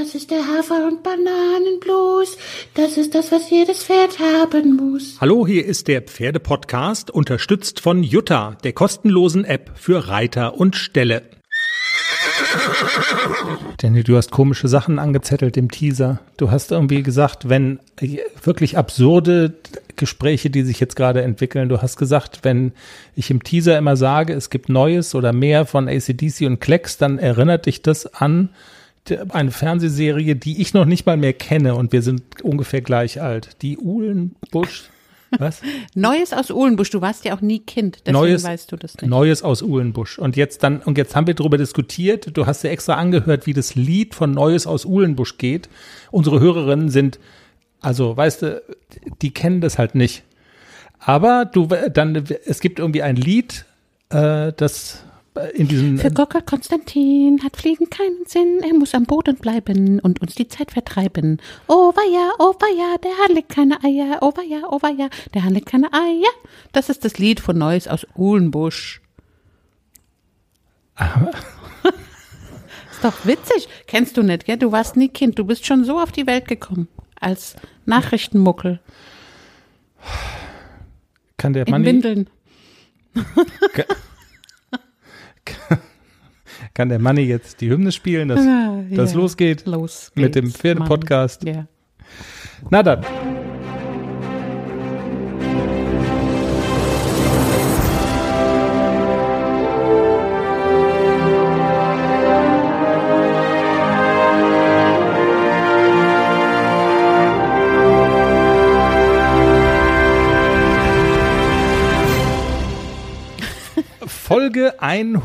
Das ist der Hafer- und Bananenblues. Das ist das, was jedes Pferd haben muss. Hallo, hier ist der Pferdepodcast, unterstützt von Jutta, der kostenlosen App für Reiter und Ställe. Jenny, du hast komische Sachen angezettelt im Teaser. Du hast irgendwie gesagt, wenn wirklich absurde Gespräche, die sich jetzt gerade entwickeln, du hast gesagt, wenn ich im Teaser immer sage, es gibt Neues oder mehr von AC/DC und Klecks, dann erinnert dich das an eine Fernsehserie, die ich noch nicht mal mehr kenne und wir sind ungefähr gleich alt. Die Uhlenbusch. Was? Neues aus Uhlenbusch, du warst ja auch nie Kind, deswegen weißt du das nicht. Neues aus Uhlenbusch. Und jetzt haben wir darüber diskutiert, du hast dir extra angehört, wie das Lied von Neues aus Uhlenbusch geht. Unsere Hörerinnen sind, also weißt du, die kennen das halt nicht. Aber es gibt irgendwie ein Lied, das in diesem... Für Gockel Konstantin hat Fliegen keinen Sinn, er muss am Boden bleiben und uns die Zeit vertreiben. Oh weia, der Hahn legt keine Eier, oh weia, der Hahn legt keine Eier. Das ist das Lied von Neues aus Uhlenbusch. Ist doch witzig. Kennst du nicht, gell? Du warst nie Kind, du bist schon so auf die Welt gekommen, als Nachrichtenmuckel. Kann der in Manni... Windeln. Kann der Manni jetzt die Hymne spielen, dass losgeht mit dem Pferdepodcast? Ja. Na dann. Folge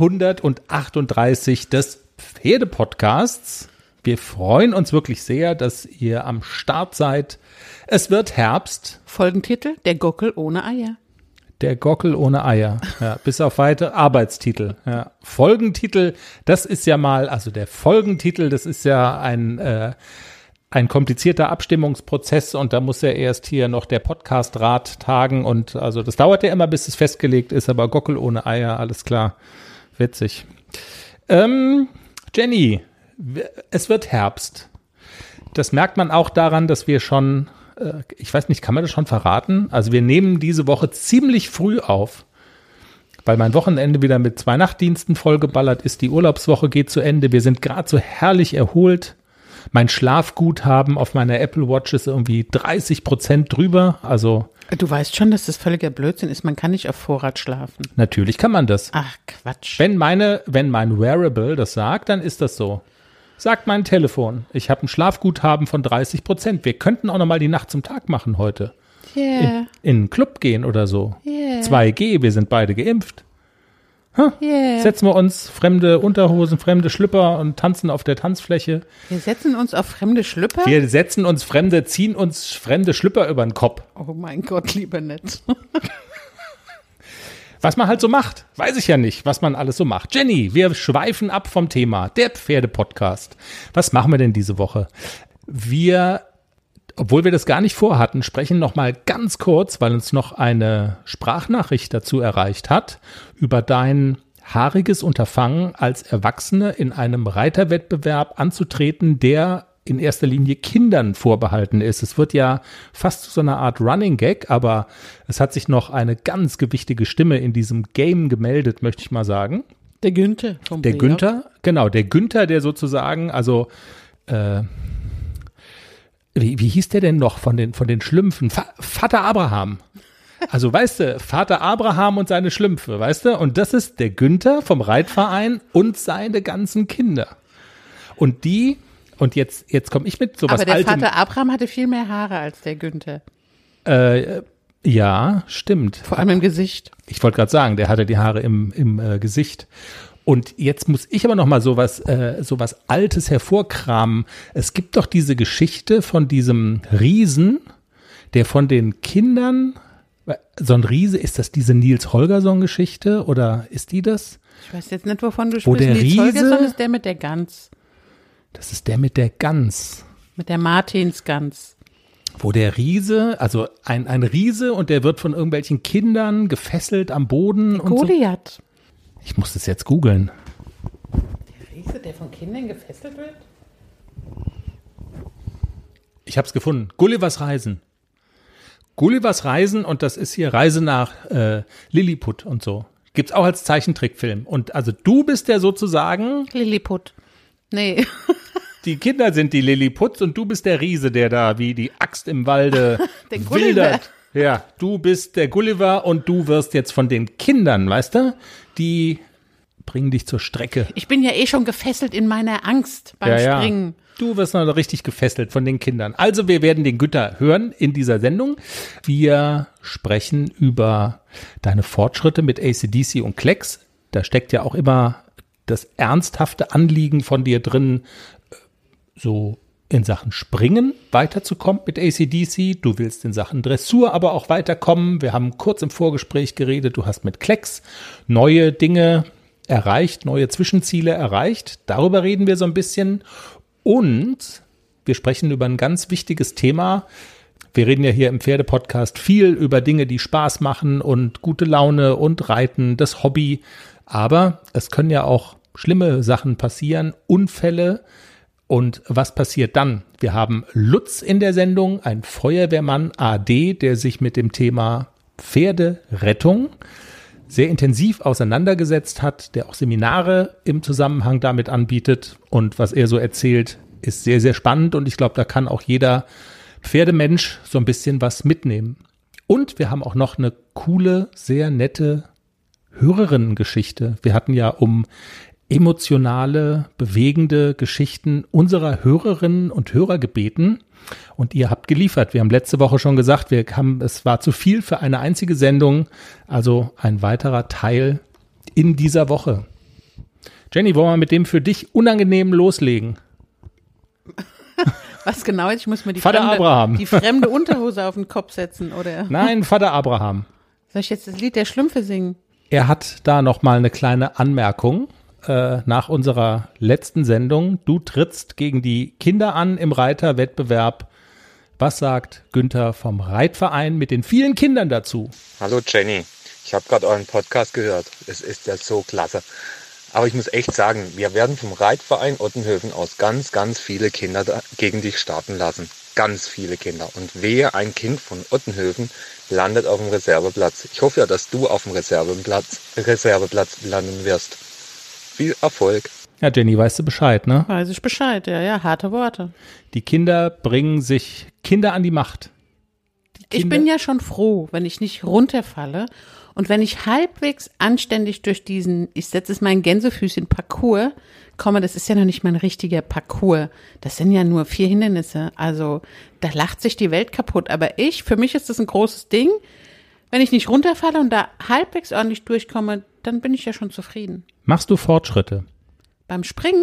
138 des Pferdepodcasts. Wir freuen uns wirklich sehr, dass ihr am Start seid. Es wird Herbst. Folgentitel: Der Gockel ohne Eier. Der Gockel ohne Eier. Ja, bis auf weitere Arbeitstitel. Ja. Folgentitel, das ist ja mal, also der Folgentitel, das ist ja ein komplizierter Abstimmungsprozess und da muss ja erst hier noch der Podcast-Rat tagen und also das dauert ja immer, bis es festgelegt ist, aber Gockel ohne Eier, alles klar. Witzig. Jenny, es wird Herbst. Das merkt man auch daran, dass wir schon, ich weiß nicht, kann man das schon verraten? Also wir nehmen diese Woche ziemlich früh auf, weil mein Wochenende wieder mit 2 Nachtdiensten vollgeballert ist. Die Urlaubswoche geht zu Ende. Wir sind gerade so herrlich erholt. Mein Schlafguthaben auf meiner Apple Watch ist irgendwie 30% drüber. Also du weißt schon, dass das völliger Blödsinn ist. Man kann nicht auf Vorrat schlafen. Natürlich kann man das. Ach, Quatsch. Wenn mein Wearable das sagt, dann ist das so. Sagt mein Telefon, ich habe ein Schlafguthaben von 30%. Wir könnten auch noch mal die Nacht zum Tag machen heute. Yeah. In einen Club gehen oder so. Yeah. 2G, wir sind beide geimpft. Yeah. Setzen wir uns fremde Unterhosen, fremde Schlüpper und tanzen auf der Tanzfläche. Wir setzen uns auf fremde Schlüpper? Ziehen uns fremde Schlüpper über den Kopf. Oh mein Gott, lieber nicht. Was man halt so macht, weiß ich ja nicht, was man alles so macht. Jenny, wir schweifen ab vom Thema, der Pferdepodcast. Was machen wir denn diese Woche? Obwohl wir das gar nicht vorhatten, sprechen noch mal ganz kurz, weil uns noch eine Sprachnachricht dazu erreicht hat, über dein haariges Unterfangen als Erwachsene in einem Reiterwettbewerb anzutreten, der in erster Linie Kindern vorbehalten ist. Es wird ja fast zu so einer Art Running Gag, aber es hat sich noch eine ganz gewichtige Stimme in diesem Game gemeldet, möchte ich mal sagen. Der Günther. Der Günther, der sozusagen, also wie hieß der denn noch von den Schlümpfen? Vater Abraham. Also weißt du, Vater Abraham und seine Schlümpfe, weißt du? Und das ist der Günther vom Reitverein und seine ganzen Kinder. Und jetzt komme ich mit sowas Aber der Altem. Vater Abraham hatte viel mehr Haare als der Günther. Ja, stimmt. Vor allem im Gesicht. Ich wollte gerade sagen, der hatte die Haare im Gesicht. Und jetzt muss ich aber noch mal sowas Altes hervorkramen. Es gibt doch diese Geschichte von diesem Riesen, der von den Kindern, so ein Riese, ist das diese Nils Holgersson-Geschichte oder ist die das? Ich weiß jetzt nicht, wovon du sprichst. Nils Holgersson ist der mit der Gans. Das ist der mit der Gans. Mit der Martinsgans. Wo der Riese, also ein Riese und der wird von irgendwelchen Kindern gefesselt am Boden. Der Goliath. So. Ich muss das jetzt googeln. Der Riese, der von Kindern gefesselt wird? Ich habe es gefunden. Gullivers Reisen. Gullivers Reisen, und das ist hier Reise nach Lilliput und so. Gibt's auch als Zeichentrickfilm. Und also du bist der sozusagen... Lilliput. Nee. Die Kinder sind die Lilliputs und du bist der Riese, der da wie die Axt im Walde wildert. Ja, du bist der Gulliver und du wirst jetzt von den Kindern, weißt du, die bringen dich zur Strecke. Ich bin ja schon gefesselt in meiner Angst beim Springen. Du wirst noch richtig gefesselt von den Kindern. Also wir werden den Günther hören in dieser Sendung. Wir sprechen über deine Fortschritte mit AC/DC und Klecks. Da steckt ja auch immer das ernsthafte Anliegen von dir drin, so in Sachen Springen weiterzukommen mit AC/DC. Du willst in Sachen Dressur aber auch weiterkommen. Wir haben kurz im Vorgespräch geredet. Du hast mit Klecks neue Dinge erreicht, neue Zwischenziele erreicht. Darüber reden wir so ein bisschen. Und wir sprechen über ein ganz wichtiges Thema. Wir reden ja hier im Pferdepodcast viel über Dinge, die Spaß machen und gute Laune und Reiten, das Hobby. Aber es können ja auch schlimme Sachen passieren, Unfälle. Und was passiert dann? Wir haben Lutz in der Sendung, ein Feuerwehrmann AD, der sich mit dem Thema Pferderettung sehr intensiv auseinandergesetzt hat, der auch Seminare im Zusammenhang damit anbietet. Und was er so erzählt, ist sehr, sehr spannend. Und ich glaube, da kann auch jeder Pferdemensch so ein bisschen was mitnehmen. Und wir haben auch noch eine coole, sehr nette Hörerinnengeschichte. Wir hatten ja um emotionale, bewegende Geschichten unserer Hörerinnen und Hörer gebeten. Und ihr habt geliefert. Wir haben letzte Woche schon gesagt, es war zu viel für eine einzige Sendung. Also ein weiterer Teil in dieser Woche. Jenny, wollen wir mit dem für dich unangenehmen loslegen? Was genau? Ich muss mir die fremde Unterhose auf den Kopf setzen, oder? Nein, Vater Abraham. Soll ich jetzt das Lied der Schlümpfe singen? Er hat da noch mal eine kleine Anmerkung. Nach unserer letzten Sendung. Du trittst gegen die Kinder an im Reiterwettbewerb. Was sagt Günther vom Reitverein mit den vielen Kindern dazu? Hallo Jenny, ich habe gerade euren Podcast gehört. Es ist ja so klasse. Aber ich muss echt sagen, wir werden vom Reitverein Ottenhöfen aus ganz, ganz viele Kinder gegen dich starten lassen. Ganz viele Kinder. Und wehe, ein Kind von Ottenhöfen landet auf dem Reserveplatz. Ich hoffe ja, dass du auf dem Reserveplatz landen wirst. Viel Erfolg. Ja, Jenny, weißt du Bescheid, ne? Weiß ich Bescheid, ja, harte Worte. Die Kinder bringen sich Kinder an die Macht. Ich bin ja schon froh, wenn ich nicht runterfalle und wenn ich halbwegs anständig durch diesen, ich setze es mal in Gänsefüßchen, Parcours komme. Das ist ja noch nicht mal ein richtiger Parcours. Das sind ja nur 4 Hindernisse. Also da lacht sich die Welt kaputt. Aber für mich ist das ein großes Ding. Wenn ich nicht runterfalle und da halbwegs ordentlich durchkomme, dann bin ich ja schon zufrieden. Machst du Fortschritte? Beim Springen?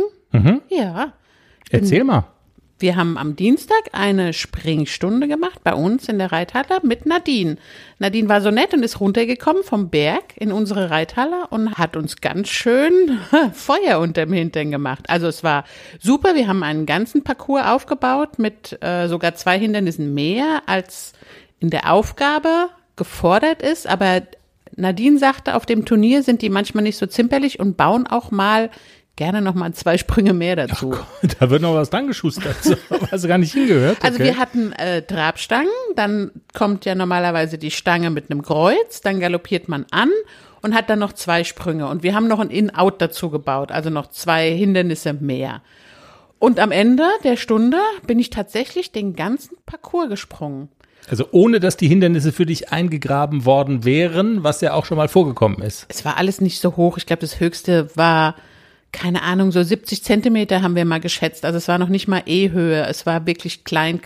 Ja. Erzähl mal. Wir haben am Dienstag eine Springstunde gemacht bei uns in der Reithalle mit Nadine. Nadine war so nett und ist runtergekommen vom Berg in unsere Reithalle und hat uns ganz schön Feuer unterm Hintern gemacht. Also es war super. Wir haben einen ganzen Parcours aufgebaut mit sogar 2 Hindernissen mehr, als in der Aufgabe gefordert ist. Aber Nadine sagte, auf dem Turnier sind die manchmal nicht so zimperlich und bauen auch mal gerne noch mal 2 Sprünge mehr dazu. Oh Gott, da wird noch was dran geschustert. Hast du gar nicht hingehört? Okay. Also wir hatten Trabstangen, dann kommt ja normalerweise die Stange mit einem Kreuz, dann galoppiert man an und hat dann noch 2 Sprünge. Und wir haben noch ein In-Out dazu gebaut, also noch 2 Hindernisse mehr. Und am Ende der Stunde bin ich tatsächlich den ganzen Parcours gesprungen. Also ohne, dass die Hindernisse für dich eingegraben worden wären, was ja auch schon mal vorgekommen ist. Es war alles nicht so hoch. Ich glaube, das höchste war, keine Ahnung, so 70 Zentimeter haben wir mal geschätzt. Also es war noch nicht mal Höhe. Es war wirklich klein.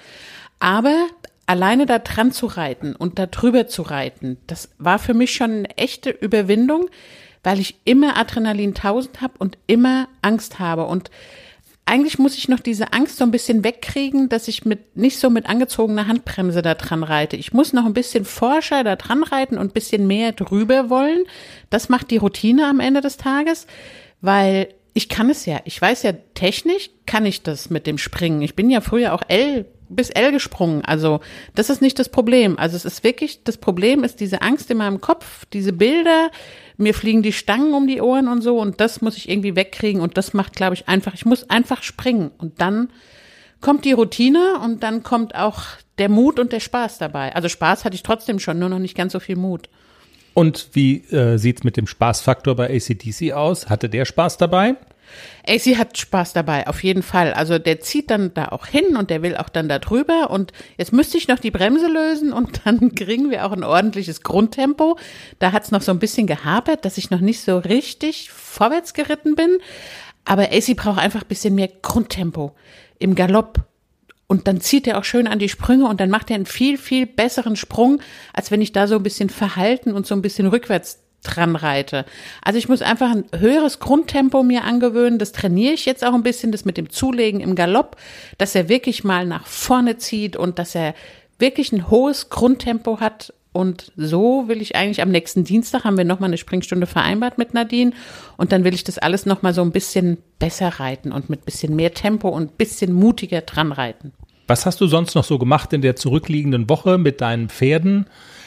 Aber alleine da dran zu reiten und da drüber zu reiten, das war für mich schon eine echte Überwindung, weil ich immer Adrenalin 1000 habe und immer Angst habe. Und eigentlich muss ich noch diese Angst so ein bisschen wegkriegen, dass ich nicht so mit angezogener Handbremse da dran reite. Ich muss noch ein bisschen forscher da dran reiten und ein bisschen mehr drüber wollen. Das macht die Routine am Ende des Tages, weil ich kann es ja. Ich weiß ja, technisch kann ich das mit dem Springen. Ich bin ja früher auch bis L gesprungen. Also das ist nicht das Problem. Also es ist wirklich, das Problem ist diese Angst in meinem Kopf, diese Bilder, mir fliegen die Stangen um die Ohren und so und das muss ich irgendwie wegkriegen und das macht, glaube ich, ich muss einfach springen und dann kommt die Routine und dann kommt auch der Mut und der Spaß dabei. Also Spaß hatte ich trotzdem schon, nur noch nicht ganz so viel Mut. Und wie sieht's mit dem Spaßfaktor bei AC/DC aus? Hatte der Spaß dabei? AC hat Spaß dabei, auf jeden Fall. Also der zieht dann da auch hin und der will auch dann da drüber und jetzt müsste ich noch die Bremse lösen und dann kriegen wir auch ein ordentliches Grundtempo. Da hat's noch so ein bisschen gehapert, dass ich noch nicht so richtig vorwärts geritten bin. Aber AC braucht einfach ein bisschen mehr Grundtempo im Galopp. Und dann zieht er auch schön an die Sprünge und dann macht er einen viel, viel besseren Sprung, als wenn ich da so ein bisschen verhalten und so ein bisschen rückwärts dran reite. Also ich muss einfach ein höheres Grundtempo mir angewöhnen. Das trainiere ich jetzt auch ein bisschen, das mit dem Zulegen im Galopp, dass er wirklich mal nach vorne zieht und dass er wirklich ein hohes Grundtempo hat. Und so will ich eigentlich am nächsten Dienstag, haben wir nochmal eine Springstunde vereinbart mit Nadine. Und dann will ich das alles nochmal so ein bisschen besser reiten und mit bisschen mehr Tempo und ein bisschen mutiger dran reiten. Was hast du sonst noch so gemacht in der zurückliegenden Woche mit deinen Pferden?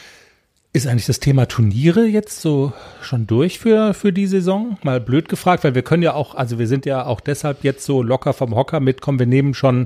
Ist eigentlich das Thema Turniere jetzt so schon durch für die Saison? Mal blöd gefragt, weil wir können ja auch, also wir sind ja auch deshalb jetzt so locker vom Hocker mitkommen. Wir nehmen schon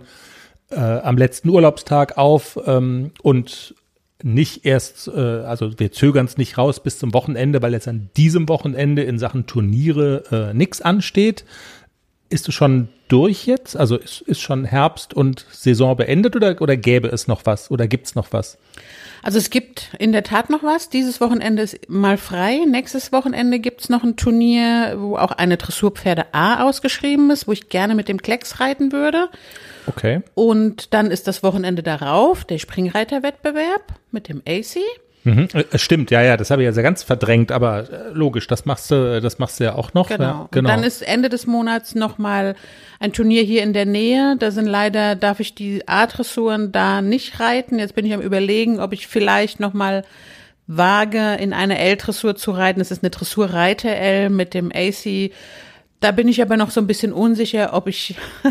am letzten Urlaubstag auf und nicht erst, also wir zögern es nicht raus bis zum Wochenende, weil jetzt an diesem Wochenende in Sachen Turniere nichts ansteht. Ist du schon durch jetzt? Also ist schon Herbst und Saison beendet oder gäbe es noch was oder gibt's noch was? Also es gibt in der Tat noch was. Dieses Wochenende ist mal frei. Nächstes Wochenende gibt's noch ein Turnier, wo auch eine Dressurpferde A ausgeschrieben ist, wo ich gerne mit dem Klecks reiten würde. Okay. Und dann ist das Wochenende darauf der Springreiterwettbewerb mit dem AC. Mhm. Stimmt, ja, das habe ich ja ganz verdrängt, aber logisch, das machst du ja auch noch. Genau. Ja, genau. Und dann ist Ende des Monats nochmal ein Turnier hier in der Nähe. Darf ich die A-Dressuren da nicht reiten. Jetzt bin ich am Überlegen, ob ich vielleicht nochmal wage, in eine L-Dressur zu reiten. Das ist eine Dressurreiter-L mit dem AC. Da bin ich aber noch so ein bisschen unsicher, ob ich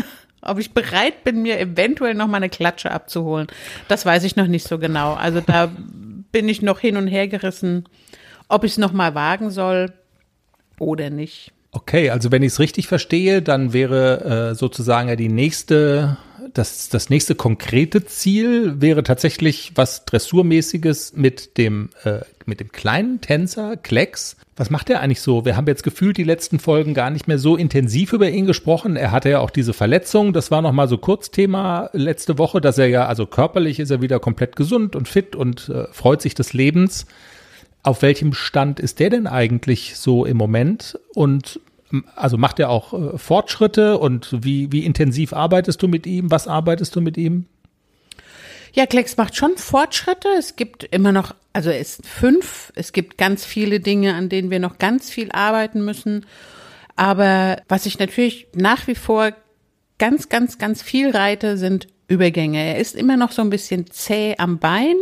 bereit bin, mir eventuell nochmal eine Klatsche abzuholen. Das weiß ich noch nicht so genau. Also da bin ich noch hin und her gerissen, ob ich es nochmal wagen soll oder nicht. Okay, also wenn ich es richtig verstehe, dann wäre sozusagen ja das nächste konkrete Ziel wäre tatsächlich was Dressurmäßiges mit dem kleinen Tänzer Klecks. Was macht er eigentlich so? Wir haben jetzt gefühlt die letzten Folgen gar nicht mehr so intensiv über ihn gesprochen. Er hatte ja auch diese Verletzung. Das war noch mal so kurz Thema letzte Woche, dass er ja, also körperlich ist er wieder komplett gesund und fit und freut sich des Lebens. Auf welchem Stand ist der denn eigentlich so im Moment? Und also macht er auch Fortschritte und wie intensiv arbeitest du mit ihm? Was arbeitest du mit ihm? Ja, Klecks macht schon Fortschritte. Es gibt immer noch, also er ist 5. Es gibt ganz viele Dinge, an denen wir noch ganz viel arbeiten müssen. Aber was ich natürlich nach wie vor ganz, ganz, ganz viel reite, sind Übergänge. Er ist immer noch so ein bisschen zäh am Bein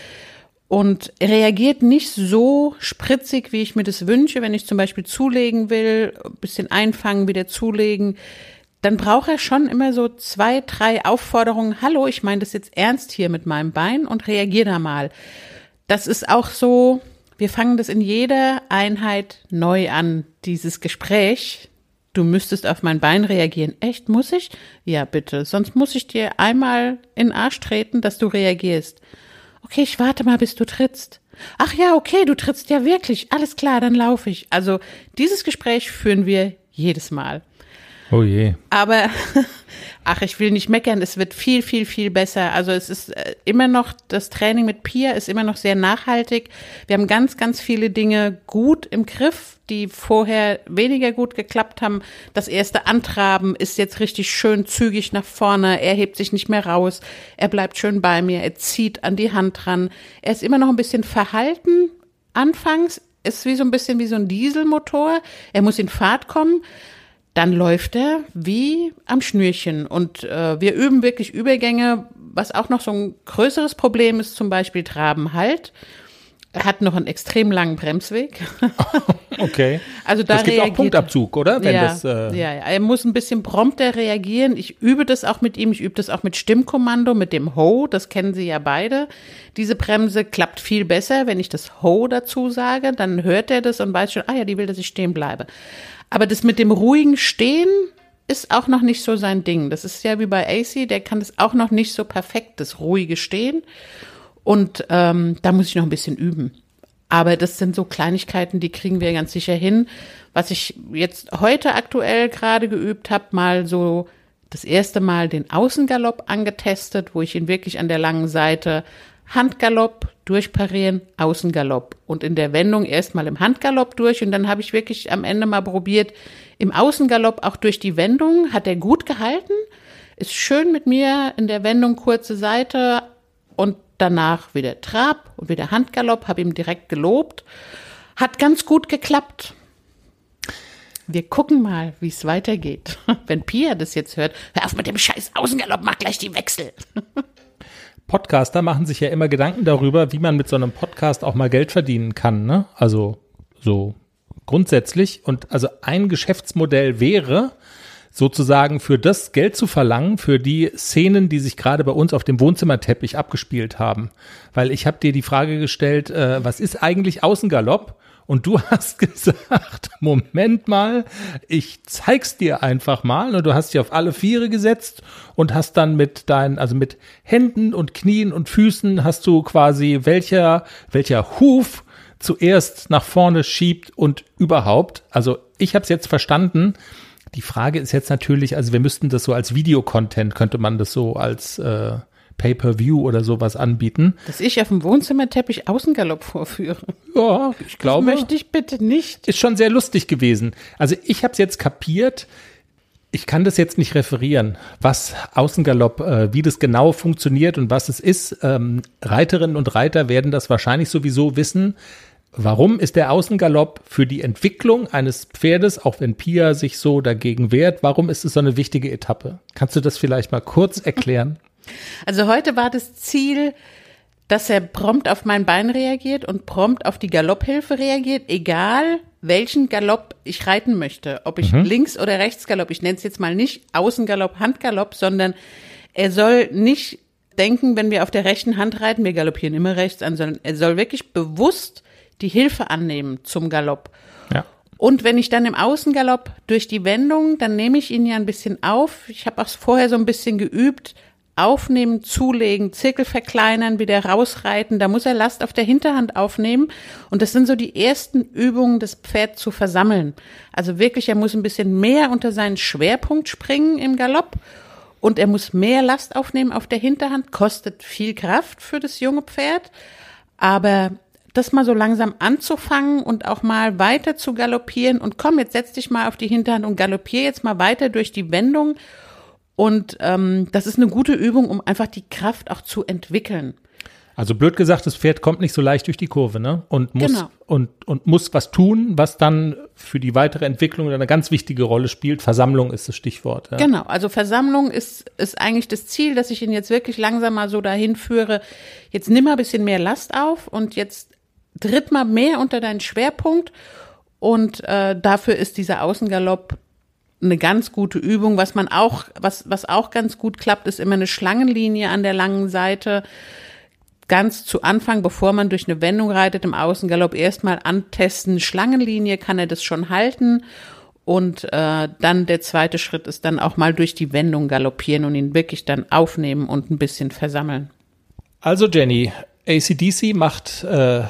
und reagiert nicht so spritzig, wie ich mir das wünsche. Wenn ich zum Beispiel zulegen will, ein bisschen einfangen, wieder zulegen, dann braucht er schon immer so 2, 3 Aufforderungen. Hallo, ich meine das jetzt ernst hier mit meinem Bein und reagier da mal. Das ist auch so, wir fangen das in jeder Einheit neu an, dieses Gespräch. Du müsstest auf mein Bein reagieren. Echt, muss ich? Ja, bitte. Sonst muss ich dir einmal in den Arsch treten, dass du reagierst. Okay, ich warte mal, bis du trittst. Ach ja, okay, du trittst ja wirklich. Alles klar, dann laufe ich. Also dieses Gespräch führen wir jedes Mal. Oh je. Aber, ich will nicht meckern, es wird viel, viel, viel besser. Also es ist immer noch, das Training mit Pia ist immer noch sehr nachhaltig. Wir haben ganz, ganz viele Dinge gut im Griff, die vorher weniger gut geklappt haben. Das erste Antraben ist jetzt richtig schön zügig nach vorne. Er hebt sich nicht mehr raus. Er bleibt schön bei mir. Er zieht an die Hand ran. Er ist immer noch ein bisschen verhalten. Anfangs ist wie so ein bisschen wie so ein Dieselmotor. Er muss in Fahrt kommen. Dann läuft er wie am Schnürchen und wir üben wirklich Übergänge. Was auch noch so ein größeres Problem ist, zum Beispiel Traben halt. Er hat noch einen extrem langen Bremsweg. Okay. Also da es gibt auch Punktabzug, oder? Wenn ja, er muss ein bisschen prompter reagieren. Ich übe das auch mit ihm. Ich übe das auch mit Stimmkommando, mit dem Ho. Das kennen Sie ja beide. Diese Bremse klappt viel besser, wenn ich das Ho dazu sage. Dann hört er das und weiß schon, ja, die will, dass ich stehen bleibe. Aber das mit dem ruhigen Stehen, ist auch noch nicht so sein Ding. Das ist ja wie bei AC, der kann das auch noch nicht so perfekt, das ruhige Stehen. Und da muss ich noch ein bisschen üben. Aber das sind so Kleinigkeiten, die kriegen wir ganz sicher hin. Was ich jetzt heute aktuell gerade geübt habe, mal so das erste Mal den Außengalopp angetestet, wo ich ihn wirklich an der langen Seite Handgalopp, durchparieren, Außengalopp. Und in der Wendung erstmal im Handgalopp durch. Und dann habe ich wirklich am Ende mal probiert, im Außengalopp auch durch die Wendung. Hat er gut gehalten, ist schön mit mir in der Wendung kurze Seite und danach wieder Trab und wieder Handgalopp, habe ihm direkt gelobt. Hat ganz gut geklappt. Wir gucken mal, wie es weitergeht. Wenn Pia das jetzt hört, hör auf mit dem scheiß Außengalopp, mach gleich die Wechsel. Podcaster machen sich ja immer Gedanken darüber, wie man mit so einem Podcast auch mal Geld verdienen kann, ne? Also so grundsätzlich. Und also ein Geschäftsmodell wäre, sozusagen für das Geld zu verlangen, für die Szenen, die sich gerade bei uns auf dem Wohnzimmerteppich abgespielt haben. Weil ich habe dir die Frage gestellt, was ist eigentlich Außengalopp? Und du hast gesagt, Moment mal, ich zeig's dir einfach mal. Und du hast dich auf alle Viere gesetzt und hast dann mit mit Händen und Knien und Füßen hast du quasi welcher Huf zuerst nach vorne schiebt und überhaupt. Also ich habe es jetzt verstanden. Die Frage ist jetzt natürlich, also wir müssten das so als Videocontent, könnte man das so als Pay-per-View oder sowas anbieten. Dass ich auf dem Wohnzimmerteppich Außengalopp vorführe. Ja, ich glaube. Das möchte ich bitte nicht. Ist schon sehr lustig gewesen. Also ich habe es jetzt kapiert. Ich kann das jetzt nicht referieren, was Außengalopp, wie das genau funktioniert und was es ist. Reiterinnen und Reiter werden das wahrscheinlich sowieso wissen. Warum ist der Außengalopp für die Entwicklung eines Pferdes, auch wenn Pia sich so dagegen wehrt, warum ist es so eine wichtige Etappe? Kannst du das vielleicht mal kurz erklären? Also heute war das Ziel, dass er prompt auf mein Bein reagiert und prompt auf die Galopphilfe reagiert, egal welchen Galopp ich reiten möchte. Ob ich Links- oder Rechtsgalopp, ich nenne es jetzt mal nicht Außengalopp, Handgalopp, sondern er soll nicht denken, wenn wir auf der rechten Hand reiten, wir galoppieren immer rechts an, sondern er soll wirklich bewusst die Hilfe annehmen zum Galopp. Ja. Und wenn ich dann im Außengalopp durch die Wendung, dann nehme ich ihn ja ein bisschen auf. Ich habe auch vorher so ein bisschen geübt, aufnehmen, zulegen, Zirkel verkleinern, wieder rausreiten. Da muss er Last auf der Hinterhand aufnehmen. Und das sind so die ersten Übungen, das Pferd zu versammeln. Also wirklich, er muss ein bisschen mehr unter seinen Schwerpunkt springen im Galopp. Und er muss mehr Last aufnehmen auf der Hinterhand. Kostet viel Kraft für das junge Pferd. Aber das mal so langsam anzufangen und auch mal weiter zu galoppieren. Und komm, jetzt setz dich mal auf die Hinterhand und galoppier jetzt mal weiter durch die Wendung. Und das ist eine gute Übung, um einfach die Kraft auch zu entwickeln. Also blöd gesagt, das Pferd kommt nicht so leicht durch die Kurve, ne? Und muss Genau. und muss was tun, was dann für die weitere Entwicklung eine ganz wichtige Rolle spielt. Versammlung ist das Stichwort. Ja. Genau, also Versammlung ist eigentlich das Ziel, dass ich ihn jetzt wirklich langsam mal so dahin führe. Jetzt nimm mal ein bisschen mehr Last auf und jetzt tritt mal mehr unter deinen Schwerpunkt. Und dafür ist dieser Außengalopp eine ganz gute Übung. Was auch ganz gut klappt, ist immer eine Schlangenlinie an der langen Seite. Ganz zu Anfang, bevor man durch eine Wendung reitet im Außengalopp, erstmal antesten. Schlangenlinie, kann er das schon halten? Und dann der zweite Schritt ist dann auch mal durch die Wendung galoppieren und ihn wirklich dann aufnehmen und ein bisschen versammeln. Also Jenny, AC/DC macht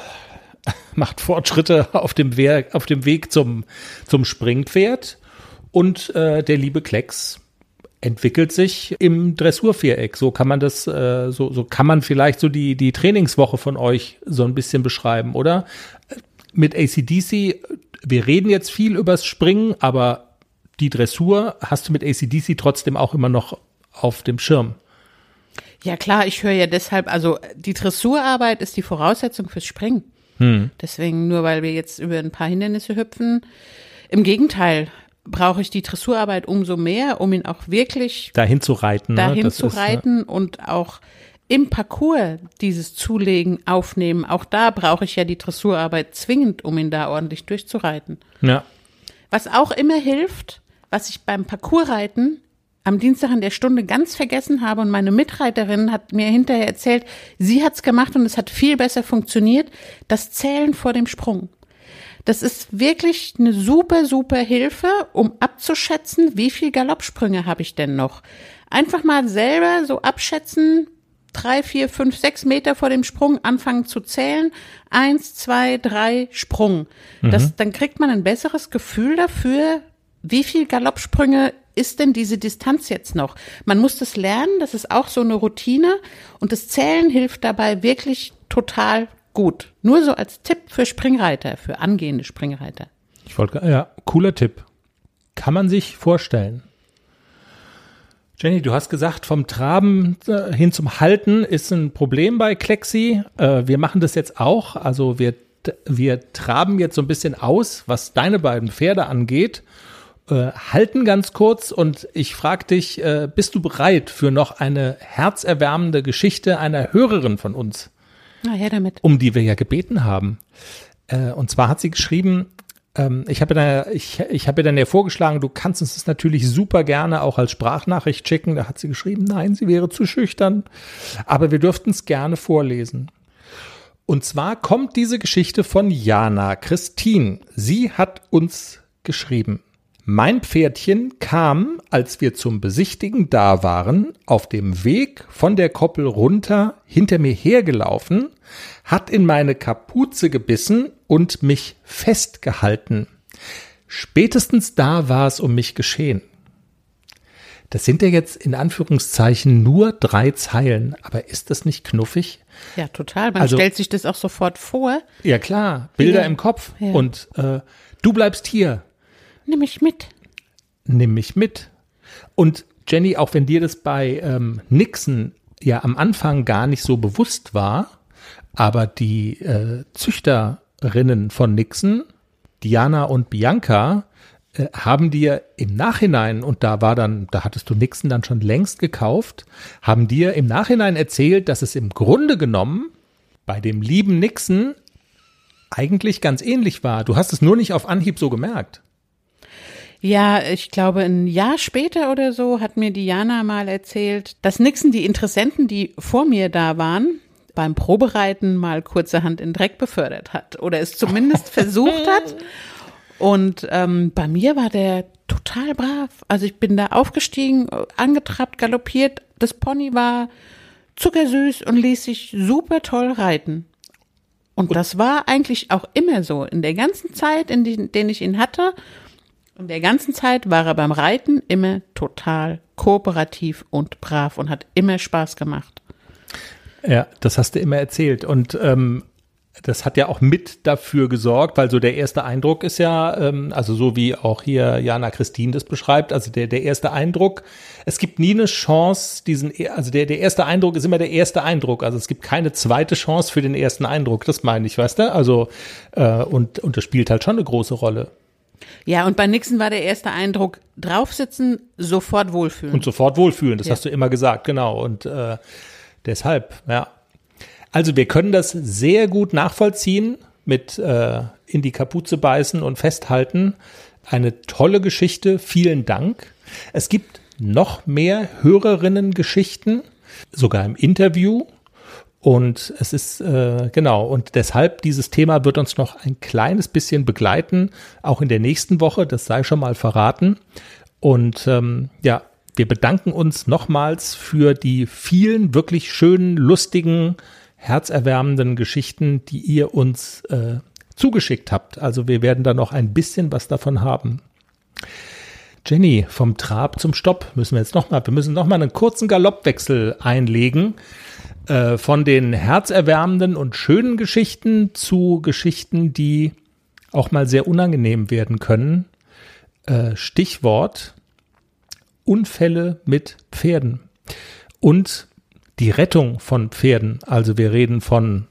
Fortschritte auf dem Weg zum Springpferd. Und der liebe Klecks entwickelt sich im Dressurviereck. So kann man das, so kann man vielleicht so die Trainingswoche von euch so ein bisschen beschreiben, oder? Mit AC/DC, wir reden jetzt viel übers Springen, aber die Dressur hast du mit AC/DC trotzdem auch immer noch auf dem Schirm. Ja klar, ich höre ja deshalb, also die Dressurarbeit ist die Voraussetzung fürs Springen. Deswegen, nur weil wir jetzt über ein paar Hindernisse hüpfen. Im Gegenteil, brauche ich die Dressurarbeit umso mehr, um ihn auch wirklich dahin zu reiten. Und auch im Parcours dieses Zulegen, Aufnehmen. Auch da brauche ich ja die Dressurarbeit zwingend, um ihn da ordentlich durchzureiten. Ja. Was auch immer hilft, was ich beim Parcoursreiten am Dienstag in der Stunde ganz vergessen habe und meine Mitreiterin hat mir hinterher erzählt, sie hat's gemacht und es hat viel besser funktioniert, das Zählen vor dem Sprung. Das ist wirklich eine super, super Hilfe, um abzuschätzen, wie viel Galoppsprünge habe ich denn noch. Einfach mal selber so abschätzen, 3, 4, 5, 6 Meter vor dem Sprung anfangen zu zählen. 1, 2, 3, Sprung. Dann kriegt man ein besseres Gefühl dafür, wie viel Galoppsprünge ist denn diese Distanz jetzt noch? Man muss das lernen, das ist auch so eine Routine und das Zählen hilft dabei wirklich total gut. Nur so als Tipp für Springreiter, für angehende Springreiter. Cooler Tipp. Kann man sich vorstellen. Jenny, du hast gesagt, vom Traben hin zum Halten ist ein Problem bei Klexi. Wir machen das jetzt auch. Also wir traben jetzt so ein bisschen aus, was deine beiden Pferde angeht. Halten ganz kurz und ich frage dich, bist du bereit für noch eine herzerwärmende Geschichte einer Hörerin von uns? Na, her damit. Um die wir ja gebeten haben. Und zwar hat sie geschrieben, ich habe ihr dann ja vorgeschlagen, du kannst uns das natürlich super gerne auch als Sprachnachricht schicken. Da hat sie geschrieben, nein, sie wäre zu schüchtern, aber wir dürften es gerne vorlesen. Und zwar kommt diese Geschichte von Jana Christine. Sie hat uns geschrieben: Mein Pferdchen kam, als wir zum Besichtigen da waren, auf dem Weg von der Koppel runter hinter mir hergelaufen, hat in meine Kapuze gebissen und mich festgehalten. Spätestens da war es um mich geschehen. Das sind ja jetzt in Anführungszeichen nur 3 Zeilen, aber ist das nicht knuffig? Ja, total. Man stellt sich das auch sofort vor. Ja klar, Bilder im Kopf. Ja. Und du bleibst hier. Nimm mich mit. Nimm mich mit. Und Jenny, auch wenn dir das bei Nixon ja am Anfang gar nicht so bewusst war, aber die Züchterinnen von Nixon, Diana und Bianca, haben dir im Nachhinein, und da hattest du Nixon dann schon längst gekauft, haben dir im Nachhinein erzählt, dass es im Grunde genommen bei dem lieben Nixon eigentlich ganz ähnlich war. Du hast es nur nicht auf Anhieb so gemerkt. Ja, ich glaube, ein Jahr später oder so hat mir Diana mal erzählt, dass Nixon die Interessenten, die vor mir da waren, beim Probereiten mal kurzerhand in Dreck befördert hat oder es zumindest versucht hat. Und bei mir war der total brav. Also ich bin da aufgestiegen, angetrabt, galoppiert. Das Pony war zuckersüß und ließ sich super toll reiten. Und das war eigentlich auch immer so. In der ganzen Zeit, in der ich ihn hatte, in der ganzen Zeit war er beim Reiten immer total kooperativ und brav und hat immer Spaß gemacht. Ja, das hast du immer erzählt. Und das hat ja auch mit dafür gesorgt, weil so der erste Eindruck ist ja, also so wie auch hier Jana Christine das beschreibt, also der erste Eindruck, es gibt nie eine Chance, also der erste Eindruck ist immer der erste Eindruck, also es gibt keine zweite Chance für den ersten Eindruck, das meine ich, weißt du, also und das spielt halt schon eine große Rolle. Ja, und bei Nixon war der erste Eindruck, draufsitzen, sofort wohlfühlen. Und sofort wohlfühlen, das hast du immer gesagt, genau, und deshalb, ja. Also wir können das sehr gut nachvollziehen mit in die Kapuze beißen und festhalten. Eine tolle Geschichte, vielen Dank. Es gibt noch mehr Hörerinnen-Geschichten, sogar im Interview. Und es ist, genau, und deshalb dieses Thema wird uns noch ein kleines bisschen begleiten, auch in der nächsten Woche, das sei schon mal verraten. Und ja, wir bedanken uns nochmals für die vielen wirklich schönen, lustigen, herzerwärmenden Geschichten, die ihr uns zugeschickt habt. Also wir werden da noch ein bisschen was davon haben. Jenny, vom Trab zum Stopp müssen wir müssen noch mal einen kurzen Galoppwechsel einlegen von den herzerwärmenden und schönen Geschichten zu Geschichten, die auch mal sehr unangenehm werden können. Stichwort Unfälle mit Pferden und die Rettung von Pferden. Also wir reden von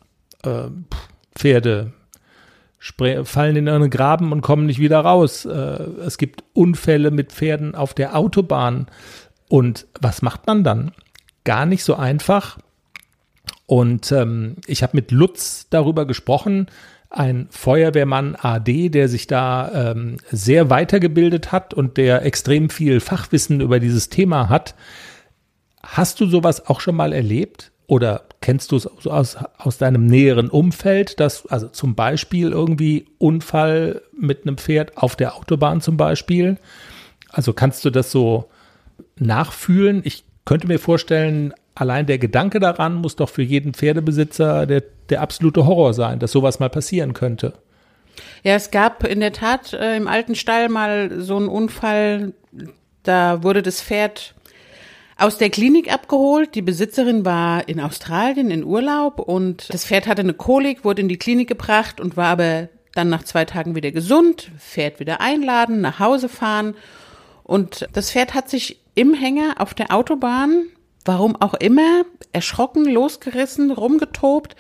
Pferde fallen in einen Graben und kommen nicht wieder raus. Es gibt Unfälle mit Pferden auf der Autobahn. Und was macht man dann? Gar nicht so einfach. Und ich habe mit Lutz darüber gesprochen, ein Feuerwehrmann AD, der sich da sehr weitergebildet hat und der extrem viel Fachwissen über dieses Thema hat. Hast du sowas auch schon mal erlebt? Oder kennst du es aus deinem näheren Umfeld, dass also zum Beispiel irgendwie Unfall mit einem Pferd auf der Autobahn zum Beispiel? Also kannst du das so nachfühlen? Ich könnte mir vorstellen, allein der Gedanke daran muss doch für jeden Pferdebesitzer der absolute Horror sein, dass sowas mal passieren könnte. Ja, es gab in der Tat im alten Stall mal so einen Unfall, da wurde das Pferd aus der Klinik abgeholt. Die Besitzerin war in Australien in Urlaub und das Pferd hatte eine Kolik, wurde in die Klinik gebracht und war aber dann nach 2 Tagen wieder gesund. Pferd wieder einladen, nach Hause fahren und das Pferd hat sich im Hänger auf der Autobahn, warum auch immer, erschrocken, losgerissen, rumgetobt,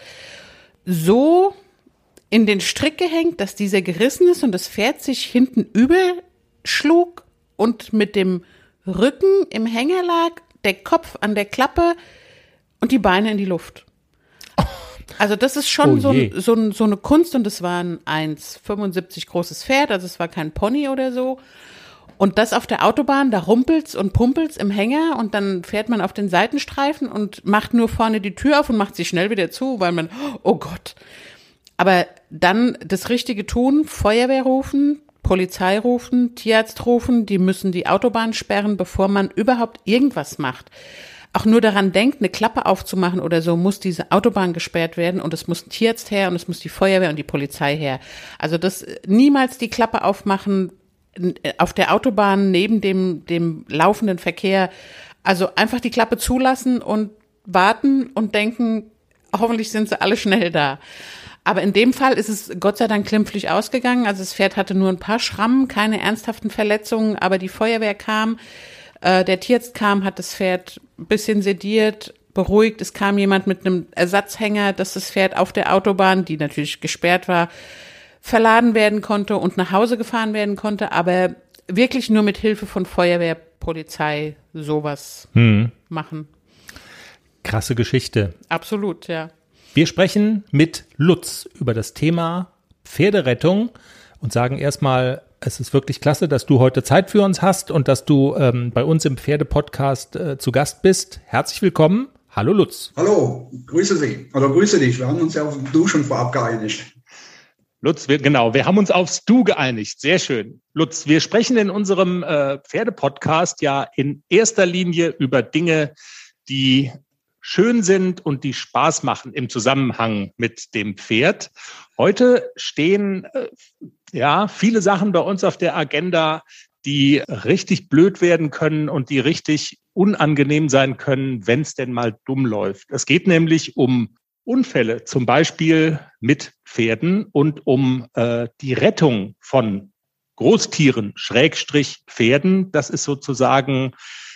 so in den Strick gehängt, dass dieser gerissen ist und das Pferd sich hinten überschlug und mit dem Rücken im Hänger lag, der Kopf an der Klappe und die Beine in die Luft. Also das ist schon so eine Kunst und das war ein 1,75 großes Pferd, also es war kein Pony oder so. Und das auf der Autobahn, da rumpelt's und pumpelt's im Hänger und dann fährt man auf den Seitenstreifen und macht nur vorne die Tür auf und macht sie schnell wieder zu, weil man, oh Gott. Aber dann das Richtige tun, Feuerwehr rufen, Polizei rufen, Tierarzt rufen, die müssen die Autobahn sperren, bevor man überhaupt irgendwas macht. Auch nur daran denkt, eine Klappe aufzumachen oder so, muss diese Autobahn gesperrt werden und es muss ein Tierarzt her und es muss die Feuerwehr und die Polizei her. Also das niemals die Klappe aufmachen auf der Autobahn neben dem laufenden Verkehr. Also einfach die Klappe zulassen und warten und denken, hoffentlich sind sie alle schnell da. Aber in dem Fall ist es Gott sei Dank glimpflich ausgegangen. Also das Pferd hatte nur ein paar Schrammen, keine ernsthaften Verletzungen, aber die Feuerwehr kam, der Tierarzt kam, hat das Pferd ein bisschen sediert, beruhigt. Es kam jemand mit einem Ersatzhänger, dass das Pferd auf der Autobahn, die natürlich gesperrt war, verladen werden konnte und nach Hause gefahren werden konnte, aber wirklich nur mit Hilfe von Feuerwehr, Polizei sowas machen. Krasse Geschichte. Absolut, ja. Wir sprechen mit Lutz über das Thema Pferderettung und sagen erstmal, es ist wirklich klasse, dass du heute Zeit für uns hast und dass du bei uns im Pferdepodcast zu Gast bist. Herzlich willkommen. Hallo Lutz. Hallo, grüße Sie. Oder grüße dich. Wir haben uns ja auf Du schon vorab geeinigt. Lutz, wir haben uns aufs Du geeinigt. Sehr schön. Lutz, wir sprechen in unserem Pferdepodcast ja in erster Linie über Dinge, die schön sind und die Spaß machen im Zusammenhang mit dem Pferd. Heute stehen viele Sachen bei uns auf der Agenda, die richtig blöd werden können und die richtig unangenehm sein können, wenn es denn mal dumm läuft. Es geht nämlich um Unfälle, zum Beispiel mit Pferden und um die Rettung von Großtieren, Pferden. Das ist sozusagen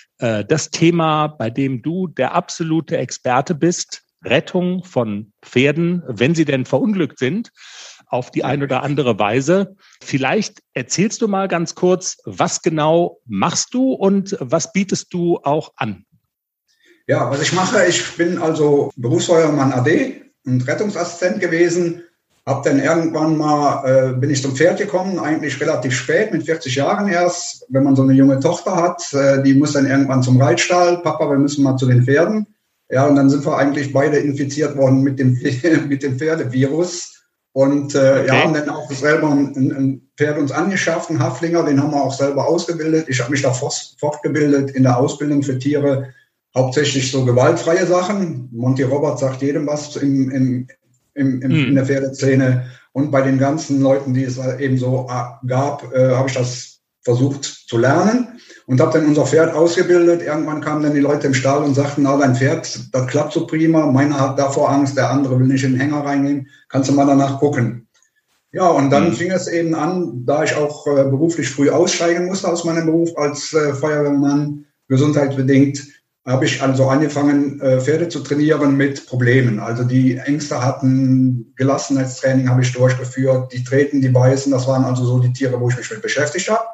das Thema, bei dem du der absolute Experte bist. Rettung von Pferden, wenn sie denn verunglückt sind, auf die eine oder andere Weise. Vielleicht erzählst du mal ganz kurz, was genau machst du und was bietest du auch an? Ja, was ich mache, ich bin also Berufsfeuerwehrmann AD und Rettungsassistent gewesen. Hab dann irgendwann mal, bin ich zum Pferd gekommen, eigentlich relativ spät, mit 40 Jahren erst. Wenn man so eine junge Tochter hat, die muss dann irgendwann zum Reitstall. Papa, wir müssen mal zu den Pferden. Ja, und dann sind wir eigentlich beide infiziert worden mit dem Pferdevirus. Und haben dann auch selber ein Pferd uns angeschafft, einen Haflinger, den haben wir auch selber ausgebildet. Ich habe mich da fortgebildet in der Ausbildung für Tiere, hauptsächlich so gewaltfreie Sachen. Monty Roberts sagt jedem was in der Pferdeszene. Und bei den ganzen Leuten, die es eben so gab, habe ich das versucht zu lernen und habe dann unser Pferd ausgebildet. Irgendwann kamen dann die Leute im Stall und sagten, na, dein Pferd, das klappt so prima. Meiner hat davor Angst, der andere will nicht in den Hänger reingehen. Kannst du mal danach gucken. Ja, und dann fing es eben an, da ich auch beruflich früh aussteigen musste aus meinem Beruf als Feuerwehrmann, gesundheitsbedingt, habe ich also angefangen, Pferde zu trainieren mit Problemen. Also die Ängste hatten, Gelassenheitstraining habe ich durchgeführt, die Treten, die Beißen, das waren also so die Tiere, wo ich mich mit beschäftigt habe.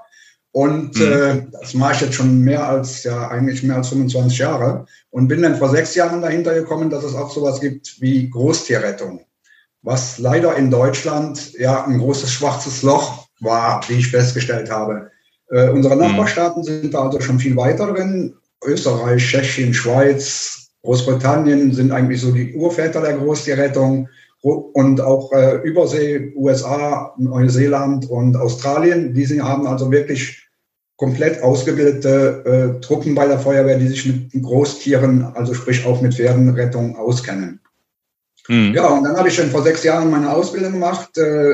Und das mache ich jetzt schon eigentlich mehr als 25 Jahre und bin dann vor 6 Jahren dahinter gekommen, dass es auch sowas gibt wie Großtierrettung, was leider in Deutschland ja ein großes schwarzes Loch war, wie ich festgestellt habe. Unsere Nachbarstaaten sind da also schon viel weiter drin. Österreich, Tschechien, Schweiz, Großbritannien sind eigentlich so die Urväter der Großtierrettung und auch Übersee, USA, Neuseeland und Australien. Diese haben also wirklich komplett ausgebildete Truppen bei der Feuerwehr, die sich mit Großtieren, also sprich auch mit Pferdenrettung auskennen. Ja, und dann habe ich schon vor 6 Jahren meine Ausbildung gemacht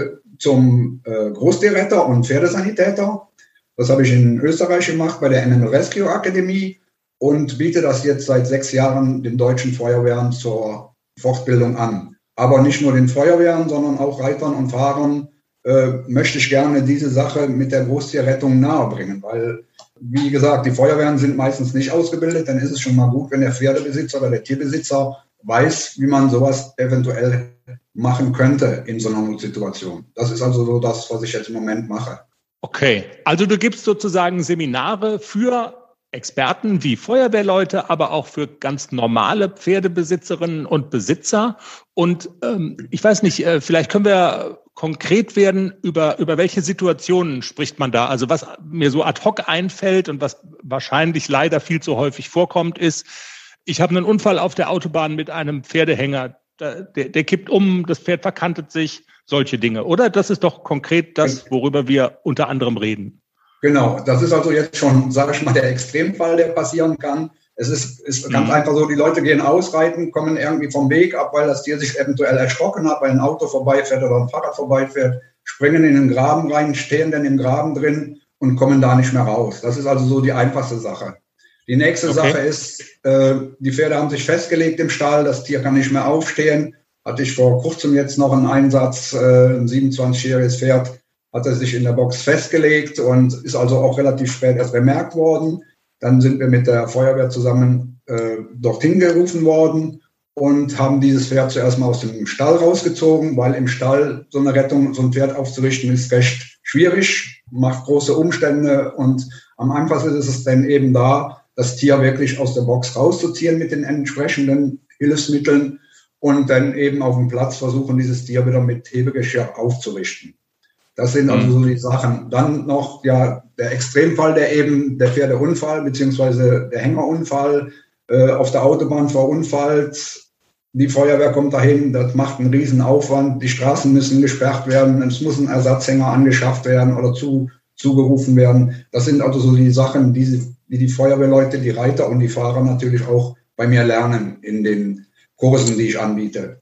zum Großtierretter und Pferdesanitäter. Das habe ich in Österreich gemacht bei der Animal Rescue Akademie und biete das jetzt seit 6 Jahren den deutschen Feuerwehren zur Fortbildung an. Aber nicht nur den Feuerwehren, sondern auch Reitern und Fahrern möchte ich gerne diese Sache mit der Großtierrettung nahebringen, weil, wie gesagt, die Feuerwehren sind meistens nicht ausgebildet. Dann ist es schon mal gut, wenn der Pferdebesitzer oder der Tierbesitzer weiß, wie man sowas eventuell machen könnte in so einer Notsituation. Das ist also so das, was ich jetzt im Moment mache. Okay, also du gibst sozusagen Seminare für Experten wie Feuerwehrleute, aber auch für ganz normale Pferdebesitzerinnen und Besitzer. Und ich weiß nicht, vielleicht können wir konkret werden, über welche Situationen spricht man da? Also was mir so ad hoc einfällt und was wahrscheinlich leider viel zu häufig vorkommt, ist, ich habe einen Unfall auf der Autobahn mit einem Pferdehänger, der kippt um, das Pferd verkantet sich, solche Dinge. Oder das ist doch konkret das, worüber wir unter anderem reden. Genau, das ist also jetzt schon, sage ich mal, der Extremfall, der passieren kann. Es ist ganz einfach so, die Leute gehen ausreiten, kommen irgendwie vom Weg ab, weil das Tier sich eventuell erschrocken hat, weil ein Auto vorbeifährt oder ein Fahrrad vorbeifährt, springen in den Graben rein, stehen dann im Graben drin und kommen da nicht mehr raus. Das ist also so die einfachste Sache. Die nächste Sache ist, die Pferde haben sich festgelegt im Stall, das Tier kann nicht mehr aufstehen. Hatte ich vor kurzem jetzt noch einen Einsatz, ein 27-jähriges Pferd, hat er sich in der Box festgelegt und ist also auch relativ spät erst bemerkt worden. Dann sind wir mit der Feuerwehr zusammen dorthin gerufen worden und haben dieses Pferd zuerst mal aus dem Stall rausgezogen, weil im Stall so eine Rettung, so ein Pferd aufzurichten, ist recht schwierig, macht große Umstände und am einfachsten ist es dann eben da, das Tier wirklich aus der Box rauszuziehen mit den entsprechenden Hilfsmitteln und dann eben auf dem Platz versuchen, dieses Tier wieder mit Hebegeschirr aufzurichten. Das sind also so die Sachen. Dann noch der Extremfall, der Pferdeunfall beziehungsweise der Hängerunfall auf der Autobahn verunfallt. Die Feuerwehr kommt dahin, das macht einen riesen Aufwand. Die Straßen müssen gesperrt werden, es muss ein Ersatzhänger angeschafft werden oder zugerufen werden. Das sind also so die Sachen, die die Feuerwehrleute, die Reiter und die Fahrer natürlich auch bei mir lernen in den Kursen, die ich anbiete.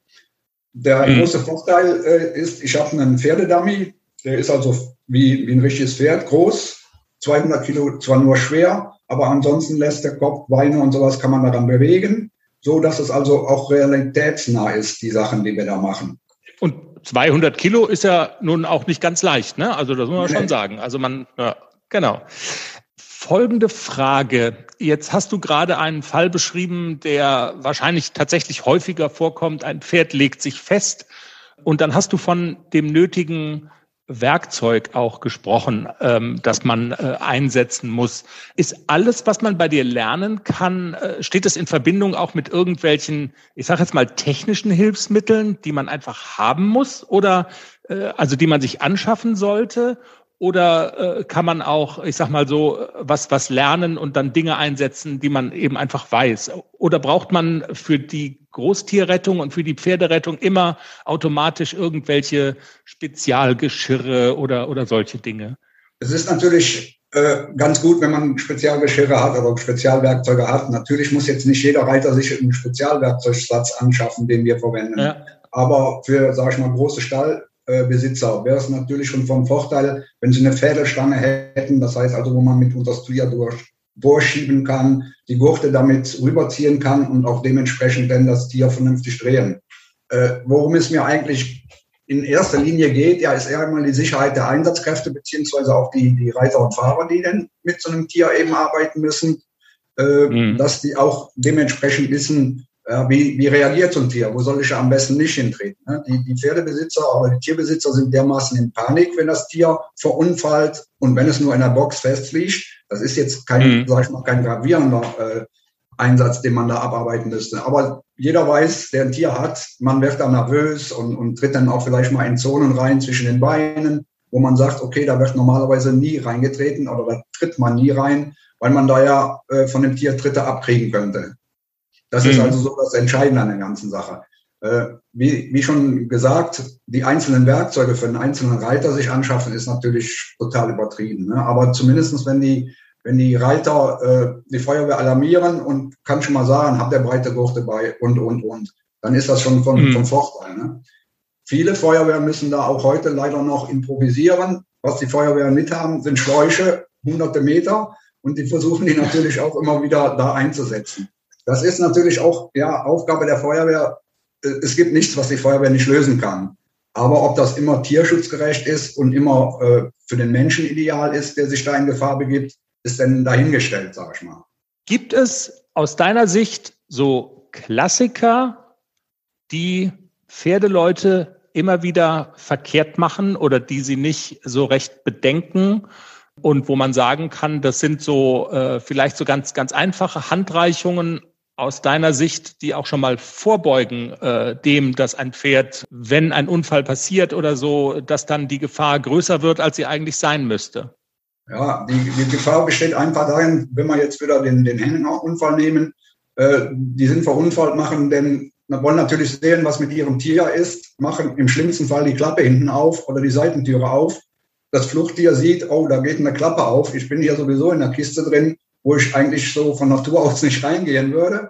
Der große Vorteil ist, ich habe einen Pferdedummy. Der ist also wie ein richtiges Pferd, groß, 200 Kilo, zwar nur schwer, aber ansonsten lässt der Kopf, Beine und sowas kann man daran bewegen, so dass es also auch realitätsnah ist, die Sachen, die wir da machen. Und 200 Kilo ist ja nun auch nicht ganz leicht, ne? Also das muss man schon sagen. Also genau. Folgende Frage. Jetzt hast du gerade einen Fall beschrieben, der wahrscheinlich tatsächlich häufiger vorkommt. Ein Pferd legt sich fest und dann hast du von dem nötigen Werkzeug auch gesprochen, das man einsetzen muss. Ist alles, was man bei dir lernen kann, steht es in Verbindung auch mit irgendwelchen, ich sage jetzt mal, technischen Hilfsmitteln, die man einfach haben muss oder also die man sich anschaffen sollte? Oder kann man auch, ich sag mal so, was lernen und dann Dinge einsetzen, die man eben einfach weiß? Oder braucht man für die Großtierrettung und für die Pferderettung immer automatisch irgendwelche Spezialgeschirre oder solche Dinge? Es ist natürlich ganz gut, wenn man Spezialgeschirre hat oder Spezialwerkzeuge hat. Natürlich muss jetzt nicht jeder Reiter sich einen Spezialwerkzeugsatz anschaffen, den wir verwenden. Ja. Aber für, sage ich mal, große Stallbesitzer wäre es natürlich schon von Vorteil, wenn sie eine Fädelstange hätten, das heißt also, wo man mit unter das Tier durchschieben kann, die Gurte damit rüberziehen kann und auch dementsprechend dann das Tier vernünftig drehen. Worum es mir eigentlich in erster Linie geht, ja, ist eher einmal die Sicherheit der Einsatzkräfte, beziehungsweise auch die Reiter und Fahrer, die dann mit so einem Tier eben arbeiten müssen, dass die auch dementsprechend wissen, wie reagiert so ein Tier, wo soll ich ja am besten nicht hintreten. Ne? Die Pferdebesitzer oder die Tierbesitzer sind dermaßen in Panik, wenn das Tier verunfallt und wenn es nur in der Box festliegt. Das ist jetzt kein gravierender Einsatz, den man da abarbeiten müsste. Aber jeder weiß, der ein Tier hat, man wird da nervös und tritt dann auch vielleicht mal in Zonen rein zwischen den Beinen, wo man sagt, okay, da wird normalerweise nie reingetreten oder da tritt man nie rein, weil man da ja von dem Tier Tritte abkriegen könnte. Das ist also so das Entscheidende an der ganzen Sache. Wie schon gesagt, die einzelnen Werkzeuge für einen einzelnen Reiter sich anschaffen, ist natürlich total übertrieben. Ne? Aber zumindestens, wenn die Reiter die Feuerwehr alarmieren und kann schon mal sagen, habt ihr breite Gurte bei und, dann ist das schon von Vorteil. Ne? Viele Feuerwehren müssen da auch heute leider noch improvisieren. Was die Feuerwehren mit haben, sind Schläuche, hunderte Meter, und die versuchen die natürlich auch immer wieder da einzusetzen. Das ist natürlich auch Aufgabe der Feuerwehr. Es gibt nichts, was die Feuerwehr nicht lösen kann. Aber ob das immer tierschutzgerecht ist und immer für den Menschen ideal ist, der sich da in Gefahr begibt, ist dann dahingestellt, sag ich mal. Gibt es aus deiner Sicht so Klassiker, die Pferdeleute immer wieder verkehrt machen oder die sie nicht so recht bedenken und wo man sagen kann, das sind so vielleicht so ganz, ganz einfache Handreichungen aus deiner Sicht, die auch schon mal vorbeugen dem, dass ein Pferd, wenn ein Unfall passiert oder so, dass dann die Gefahr größer wird, als sie eigentlich sein müsste? Ja, die Gefahr besteht einfach darin, wenn wir jetzt wieder den Henningunfall nehmen, die sind verunfallt, machen, denn wir wollen natürlich sehen, was mit ihrem Tier ist, machen im schlimmsten Fall die Klappe hinten auf oder die Seitentüre auf. Das Fluchttier sieht, oh, da geht eine Klappe auf, ich bin hier sowieso in der Kiste drin, wo ich eigentlich so von Natur aus nicht reingehen würde.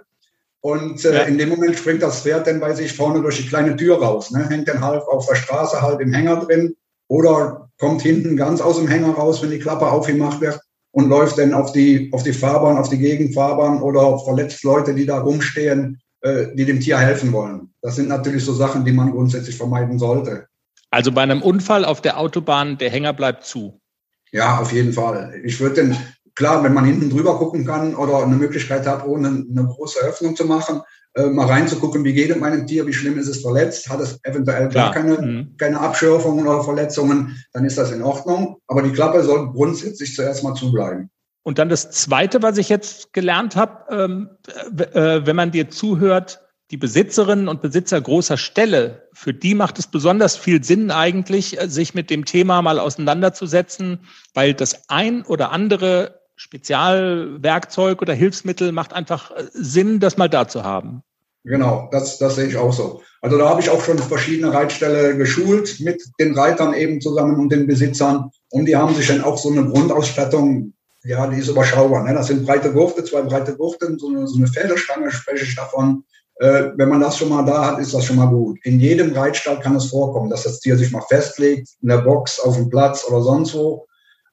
Und in dem Moment springt das Pferd dann bei sich vorne durch die kleine Tür raus, ne? Hängt dann halb auf der Straße, halb im Hänger drin oder kommt hinten ganz aus dem Hänger raus, wenn die Klappe aufgemacht wird und läuft dann auf die Fahrbahn, auf die Gegenfahrbahn oder verletzt Leute, die da rumstehen, die dem Tier helfen wollen. Das sind natürlich so Sachen, die man grundsätzlich vermeiden sollte. Also bei einem Unfall auf der Autobahn, der Hänger bleibt zu? Ja, auf jeden Fall. Ich würde dann, klar, wenn man hinten drüber gucken kann oder eine Möglichkeit hat, ohne eine große Öffnung zu machen, mal reinzugucken, wie geht es meinem Tier, wie schlimm ist es verletzt, hat es eventuell gar keine Abschürfungen oder Verletzungen, dann ist das in Ordnung. Aber die Klappe soll grundsätzlich zuerst mal zubleiben. Und dann das Zweite, was ich jetzt gelernt habe, wenn man dir zuhört, die Besitzerinnen und Besitzer großer Ställe, für die macht es besonders viel Sinn eigentlich, sich mit dem Thema mal auseinanderzusetzen, weil das ein oder andere Spezialwerkzeug oder Hilfsmittel macht einfach Sinn, das mal da zu haben. Genau, das sehe ich auch so. Also da habe ich auch schon verschiedene Reitställe geschult mit den Reitern eben zusammen und den Besitzern. Und die haben sich dann auch so eine Grundausstattung, ja, die ist überschaubar. Ne? Das sind breite Gurte, 2 breite Gurte, so eine Pferdestange spreche ich davon. Wenn man das schon mal da hat, ist das schon mal gut. In jedem Reitstall kann es vorkommen, dass das Tier sich mal festlegt, in der Box, auf dem Platz oder sonst wo.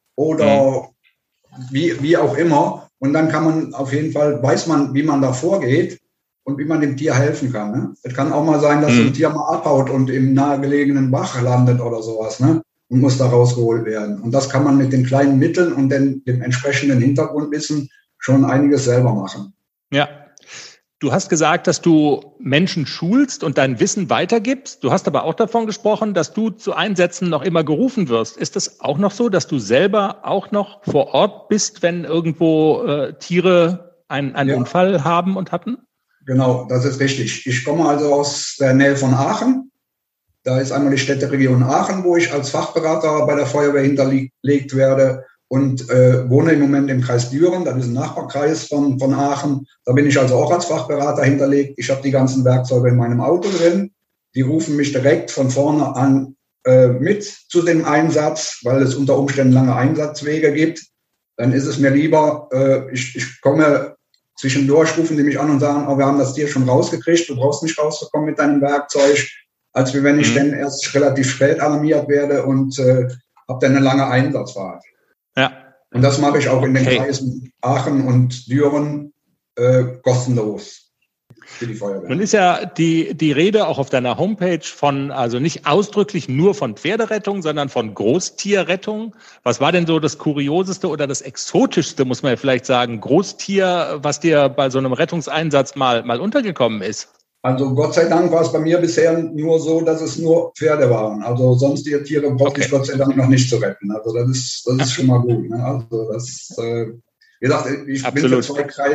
Oder wie auch immer. Und dann kann man auf jeden Fall, weiß man, wie man da vorgeht und wie man dem Tier helfen kann. Ne? Es kann auch mal sein, dass ein Tier mal abhaut und im nahegelegenen Bach landet oder sowas, ne? Und muss da rausgeholt werden. Und das kann man mit den kleinen Mitteln und dem entsprechenden Hintergrundwissen schon einiges selber machen. Ja. Du hast gesagt, dass du Menschen schulst und dein Wissen weitergibst. Du hast aber auch davon gesprochen, dass du zu Einsätzen noch immer gerufen wirst. Ist es auch noch so, dass du selber auch noch vor Ort bist, wenn irgendwo Tiere einen Unfall haben und hatten? Genau, das ist richtig. Ich komme also aus der Nähe von Aachen. Da ist einmal die Städteregion Aachen, wo ich als Fachberater bei der Feuerwehr hinterlegt werde. Und wohne im Moment im Kreis Düren, das ist ein Nachbarkreis von Aachen. Da bin ich also auch als Fachberater hinterlegt. Ich habe die ganzen Werkzeuge in meinem Auto drin. Die rufen mich direkt von vorne an mit zu dem Einsatz, weil es unter Umständen lange Einsatzwege gibt. Dann ist es mir lieber, ich komme zwischendurch, rufen die mich an und sagen, oh, wir haben das Tier schon rausgekriegt, du brauchst nicht rauszukommen mit deinem Werkzeug, als wenn ich dann erst relativ spät alarmiert werde und habe dann eine lange Einsatzfahrt. Ja. Und das mache ich auch in den Kreisen Aachen und Düren kostenlos für die Feuerwehr. Nun ist ja die Rede auch auf deiner Homepage von, also nicht ausdrücklich nur von Pferderettung, sondern von Großtierrettung. Was war denn so das Kurioseste oder das Exotischste, muss man ja vielleicht sagen, Großtier, was dir bei so einem Rettungseinsatz mal untergekommen ist? Also Gott sei Dank war es bei mir bisher nur so, dass es nur Pferde waren. Also sonstige Tiere brauchte ich Gott sei Dank noch nicht zu retten. Also das ist schon mal gut. Ne? Also das, wie gesagt, ich bin für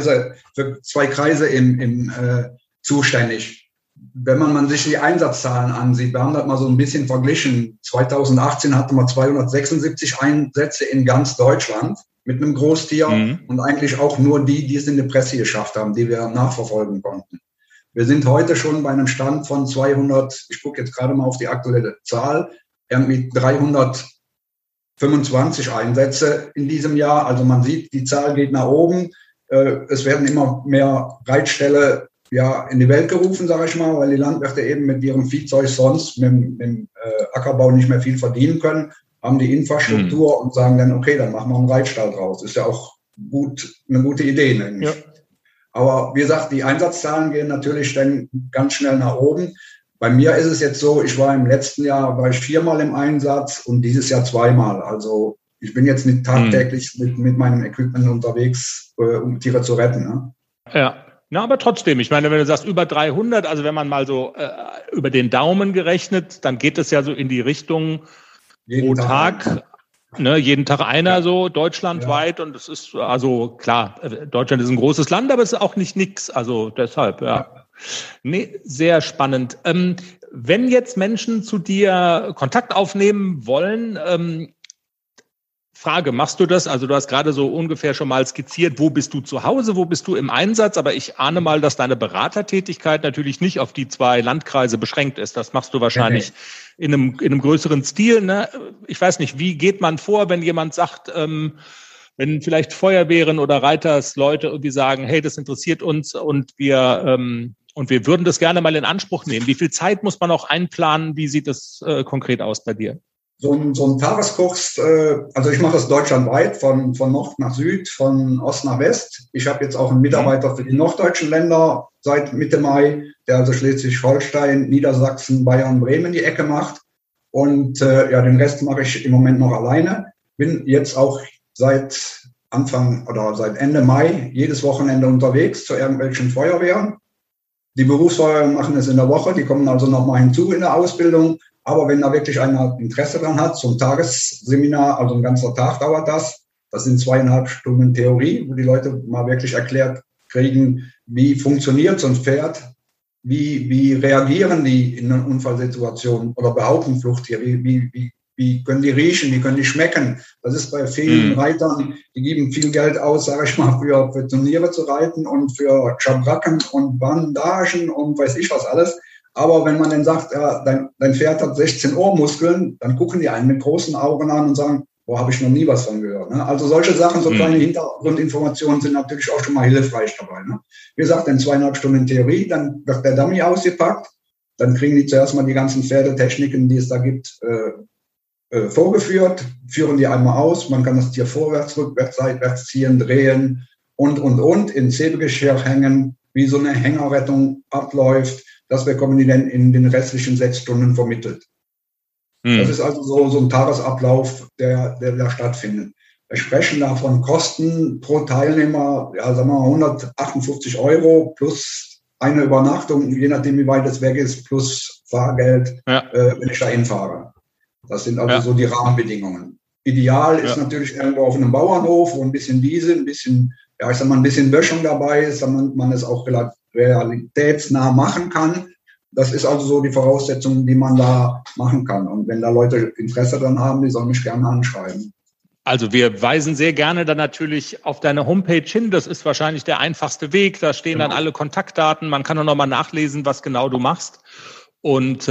zwei Kreise zuständig. Wenn man sich die Einsatzzahlen ansieht, wir haben das mal so ein bisschen verglichen. 2018 hatten wir 276 Einsätze in ganz Deutschland. mit einem Großtier und eigentlich auch nur die es in die Presse geschafft haben, die wir nachverfolgen konnten. Wir sind heute schon bei einem Stand von 200, ich gucke jetzt gerade mal auf die aktuelle Zahl, irgendwie 325 Einsätze in diesem Jahr. Also man sieht, die Zahl geht nach oben. Es werden immer mehr Reitställe in die Welt gerufen, sage ich mal, weil die Landwirte eben mit ihrem Viehzeug sonst mit dem Ackerbau nicht mehr viel verdienen können, haben die Infrastruktur und sagen dann, okay, dann machen wir einen Reitstall draus. Ist ja auch eine gute Idee, nämlich. Ja. Aber wie gesagt, die Einsatzzahlen gehen natürlich dann ganz schnell nach oben. Bei mir ist es jetzt so, ich war im letzten Jahr 4-mal im Einsatz und dieses Jahr 2-mal. Also ich bin jetzt nicht tagtäglich mit meinem Equipment unterwegs, um Tiere zu retten. Ne? Ja. Na, aber trotzdem, ich meine, wenn du sagst über 300, also wenn man mal so über den Daumen gerechnet, dann geht es ja so in die Richtung pro Tag, jeden Tag einer so deutschlandweit und es ist, also klar, Deutschland ist ein großes Land, aber es ist auch nicht nix, also deshalb, Nee, sehr spannend. Wenn jetzt Menschen zu dir Kontakt aufnehmen wollen, Frage, machst du das? Also du hast gerade so ungefähr schon mal skizziert, wo bist du zu Hause, wo bist du im Einsatz? Aber ich ahne mal, dass deine Beratertätigkeit natürlich nicht auf die 2 Landkreise beschränkt ist. Das machst du wahrscheinlich in einem größeren Stil. Ne? Ich weiß nicht, wie geht man vor, wenn jemand sagt, wenn vielleicht Feuerwehren oder Reitersleute irgendwie sagen, hey, das interessiert uns und wir würden das gerne mal in Anspruch nehmen. Wie viel Zeit muss man auch einplanen? Wie sieht das konkret aus bei dir? So ein Tageskurs, also ich mache das deutschlandweit, von Nord nach Süd, von Ost nach West. Ich habe jetzt auch einen Mitarbeiter für die norddeutschen Länder seit Mitte Mai, der also Schleswig-Holstein, Niedersachsen, Bayern, Bremen die Ecke macht. Und den Rest mache ich im Moment noch alleine. Bin jetzt auch seit Ende Mai jedes Wochenende unterwegs zu irgendwelchen Feuerwehren. Die Berufsfeuerwehren machen es in der Woche, die kommen also nochmal hinzu in der Ausbildung. Aber wenn da wirklich einer Interesse dran hat, so ein Tagesseminar, also ein ganzer Tag dauert das. Das sind 2,5 Stunden Theorie, wo die Leute mal wirklich erklärt kriegen, wie funktioniert so ein Pferd, wie reagieren die in einer Unfallsituation oder behaupten Fluchttiere, wie können die riechen, wie können die schmecken. Das ist bei vielen Reitern, die geben viel Geld aus, sage ich mal, für Turniere zu reiten und für Schabracken und Bandagen und weiß ich was alles. Aber wenn man dann sagt, dein Pferd hat 16 Ohrmuskeln, dann gucken die einen mit großen Augen an und sagen, habe ich noch nie was von gehört. Ne? Also solche Sachen, so kleine Hintergrundinformationen sind natürlich auch schon mal hilfreich dabei. Ne? Wie gesagt, in 2,5 Stunden Theorie, dann wird der Dummy ausgepackt, dann kriegen die zuerst mal die ganzen Pferdetechniken, die es da gibt, vorgeführt, führen die einmal aus, man kann das Tier vorwärts, rückwärts, seitwärts ziehen, drehen und in Säbegeschirr hängen, wie so eine Hängerrettung abläuft. Das bekommen die dann in den restlichen 6 Stunden vermittelt. Das ist also so ein Tagesablauf, der stattfindet. Wir sprechen da von Kosten pro Teilnehmer, sagen wir mal 158 € plus eine Übernachtung, je nachdem wie weit es weg ist, plus Fahrgeld, wenn ich da hinfahre. Das sind also so die Rahmenbedingungen. Ideal ist natürlich irgendwo auf einem Bauernhof, wo ein bisschen Wiese, ein bisschen Böschung dabei ist, damit man es auch realitätsnah machen kann. Das ist also so die Voraussetzung, die man da machen kann. Und wenn da Leute Interesse dran haben, die sollen mich gerne anschreiben. Also wir weisen sehr gerne dann natürlich auf deine Homepage hin. Das ist wahrscheinlich der einfachste Weg. Da stehen dann alle Kontaktdaten. Man kann auch nochmal nachlesen, was genau du machst. Und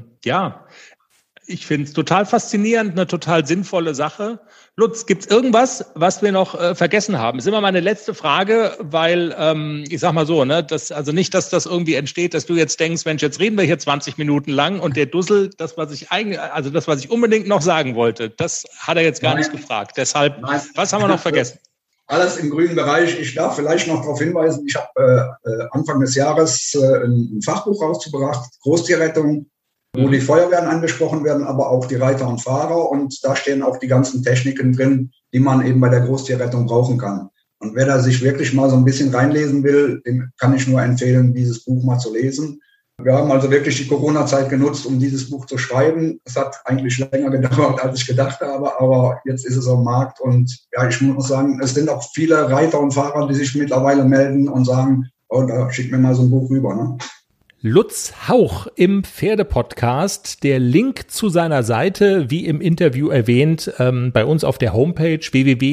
ich finde es total faszinierend, eine total sinnvolle Sache. Lutz, gibt es irgendwas, was wir noch vergessen haben? Das ist immer meine letzte Frage, weil ich sag mal so, ne, also nicht, dass das irgendwie entsteht, dass du jetzt denkst, Mensch, jetzt reden wir hier 20 Minuten lang und der Dussel, das, was ich unbedingt noch sagen wollte, das hat er jetzt gar nicht gefragt. Deshalb, was haben wir noch vergessen? Alles im grünen Bereich. Ich darf vielleicht noch darauf hinweisen, ich habe Anfang des Jahres ein Fachbuch rausgebracht, Großtierrettung, wo die Feuerwehren angesprochen werden, aber auch die Reiter und Fahrer. Und da stehen auch die ganzen Techniken drin, die man eben bei der Großtierrettung brauchen kann. Und wer da sich wirklich mal so ein bisschen reinlesen will, dem kann ich nur empfehlen, dieses Buch mal zu lesen. Wir haben also wirklich die Corona-Zeit genutzt, um dieses Buch zu schreiben. Es hat eigentlich länger gedauert, als ich gedacht habe, aber jetzt ist es am Markt. Und ich muss sagen, es sind auch viele Reiter und Fahrer, die sich mittlerweile melden und sagen, da schick mir mal so ein Buch rüber. Ne? Lutz Hauch im Pferdepodcast. Der Link zu seiner Seite, wie im Interview erwähnt, bei uns auf der Homepage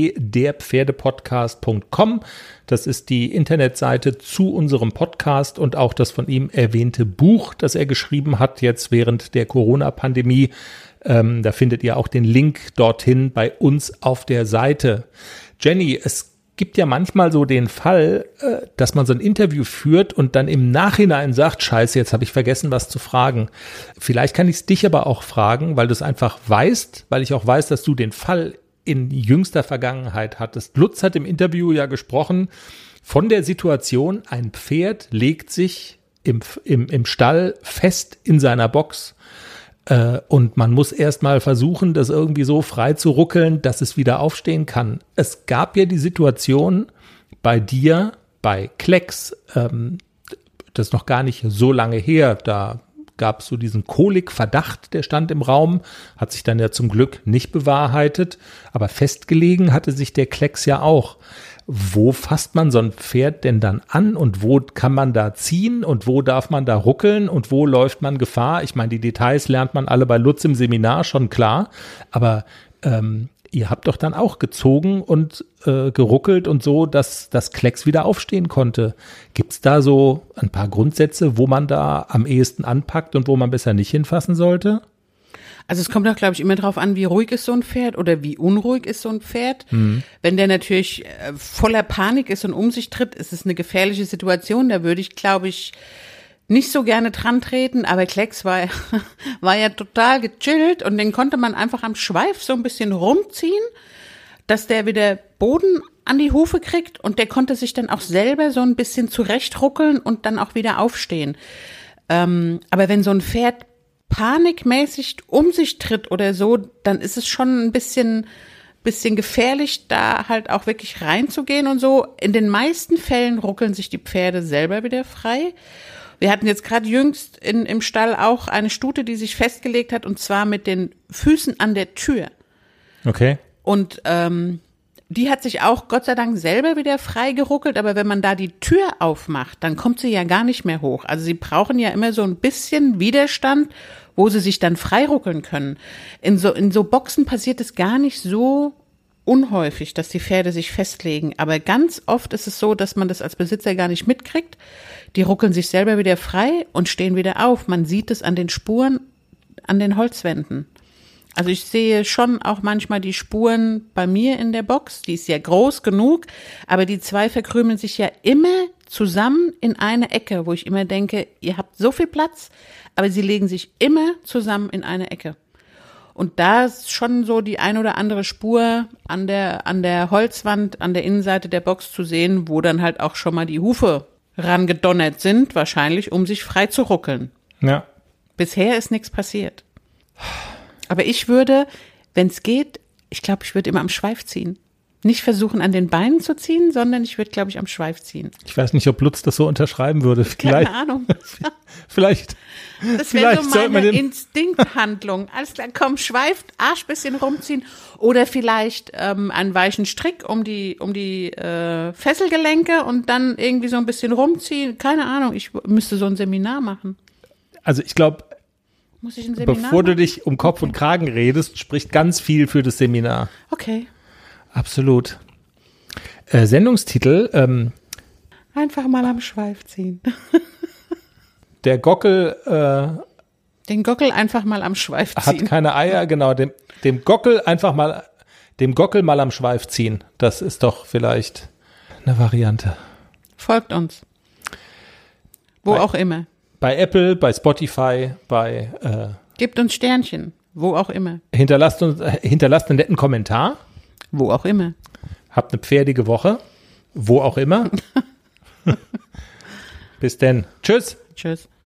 www.derpferdepodcast.com. Das ist die Internetseite zu unserem Podcast und auch das von ihm erwähnte Buch, das er geschrieben hat, jetzt während der Corona-Pandemie. Da findet ihr auch den Link dorthin bei uns auf der Seite. Jenny, es gibt ja manchmal so den Fall, dass man so ein Interview führt und dann im Nachhinein sagt, scheiße, jetzt habe ich vergessen, was zu fragen. Vielleicht kann ich es dich aber auch fragen, weil du es einfach weißt, weil ich auch weiß, dass du den Fall in jüngster Vergangenheit hattest. Lutz hat im Interview ja gesprochen von der Situation, ein Pferd legt sich im Stall fest in seiner Box. Und man muss erst mal versuchen, das irgendwie so frei zu ruckeln, dass es wieder aufstehen kann. Es gab ja die Situation bei dir, bei Klecks, das ist noch gar nicht so lange her, da gab es so diesen Kolikverdacht, der stand im Raum, hat sich dann ja zum Glück nicht bewahrheitet, aber festgelegen hatte sich der Klecks ja auch. Wo fasst man so ein Pferd denn dann an und wo kann man da ziehen und wo darf man da ruckeln und wo läuft man Gefahr? Ich meine, die Details lernt man alle bei Lutz im Seminar, schon klar, aber ihr habt doch dann auch gezogen und geruckelt und so, dass das Klecks wieder aufstehen konnte. Gibt's da so ein paar Grundsätze, wo man da am ehesten anpackt und wo man besser nicht hinfassen sollte? Also es kommt doch, glaube ich, immer drauf an, wie ruhig ist so ein Pferd oder wie unruhig ist so ein Pferd. Wenn der natürlich voller Panik ist und um sich tritt, ist es eine gefährliche Situation. Da würde ich, glaube ich, nicht so gerne dran treten. Aber Klecks war ja total gechillt und den konnte man einfach am Schweif so ein bisschen rumziehen, dass der wieder Boden an die Hufe kriegt und der konnte sich dann auch selber so ein bisschen zurechtruckeln und dann auch wieder aufstehen. Aber wenn so ein Pferd panikmäßig um sich tritt oder so, dann ist es schon ein bisschen gefährlich, da halt auch wirklich reinzugehen und so. In den meisten Fällen ruckeln sich die Pferde selber wieder frei. Wir hatten jetzt gerade jüngst im Stall auch eine Stute, die sich festgelegt hat, und zwar mit den Füßen an der Tür. Okay. Und die hat sich auch Gott sei Dank selber wieder frei geruckelt, aber wenn man da die Tür aufmacht, dann kommt sie ja gar nicht mehr hoch. Also sie brauchen ja immer so ein bisschen Widerstand, wo sie sich dann frei ruckeln können. In so Boxen passiert es gar nicht so unhäufig, dass die Pferde sich festlegen, aber ganz oft ist es so, dass man das als Besitzer gar nicht mitkriegt. Die ruckeln sich selber wieder frei und stehen wieder auf. Man sieht es an den Spuren, an den Holzwänden. Also ich sehe schon auch manchmal die Spuren bei mir in der Box, die ist ja groß genug, aber die zwei verkrümeln sich ja immer zusammen in eine Ecke, wo ich immer denke, ihr habt so viel Platz, aber sie legen sich immer zusammen in eine Ecke. Und da ist schon so die ein oder andere Spur an der Holzwand, an der Innenseite der Box zu sehen, wo dann halt auch schon mal die Hufe rangedonnert sind, wahrscheinlich, um sich frei zu ruckeln. Ja. Bisher ist nichts passiert. Aber ich würde, wenn es geht, ich glaube, ich würde immer am Schweif ziehen. Nicht versuchen, an den Beinen zu ziehen, sondern ich würde, glaube ich, am Schweif ziehen. Ich weiß nicht, ob Lutz das so unterschreiben würde. Keine Ahnung. Vielleicht. Das wäre so meine Instinkthandlung. Alles klar, komm, Schweif, Arsch bisschen rumziehen. Oder vielleicht einen weichen Strick um die Fesselgelenke und dann irgendwie so ein bisschen rumziehen. Keine Ahnung, ich müsste so ein Seminar machen. Also ich glaube, muss ich ein Seminar bevor du machen? dich um Kopf und Kragen redest, spricht ganz viel für das Seminar. Okay. Absolut. Sendungstitel. Einfach mal am Schweif ziehen. Der Gockel Den Gockel einfach mal am Schweif ziehen. hat keine Eier, genau. Dem Gockel mal am Schweif ziehen. Das ist doch vielleicht eine Variante. Folgt uns. Wo auch immer. Bei Apple, bei Spotify, bei Gebt uns Sternchen. Wo auch immer. hinterlasst einen netten Kommentar. Wo auch immer. Habt eine pferdige Woche. Wo auch immer. Bis denn. Tschüss. Tschüss.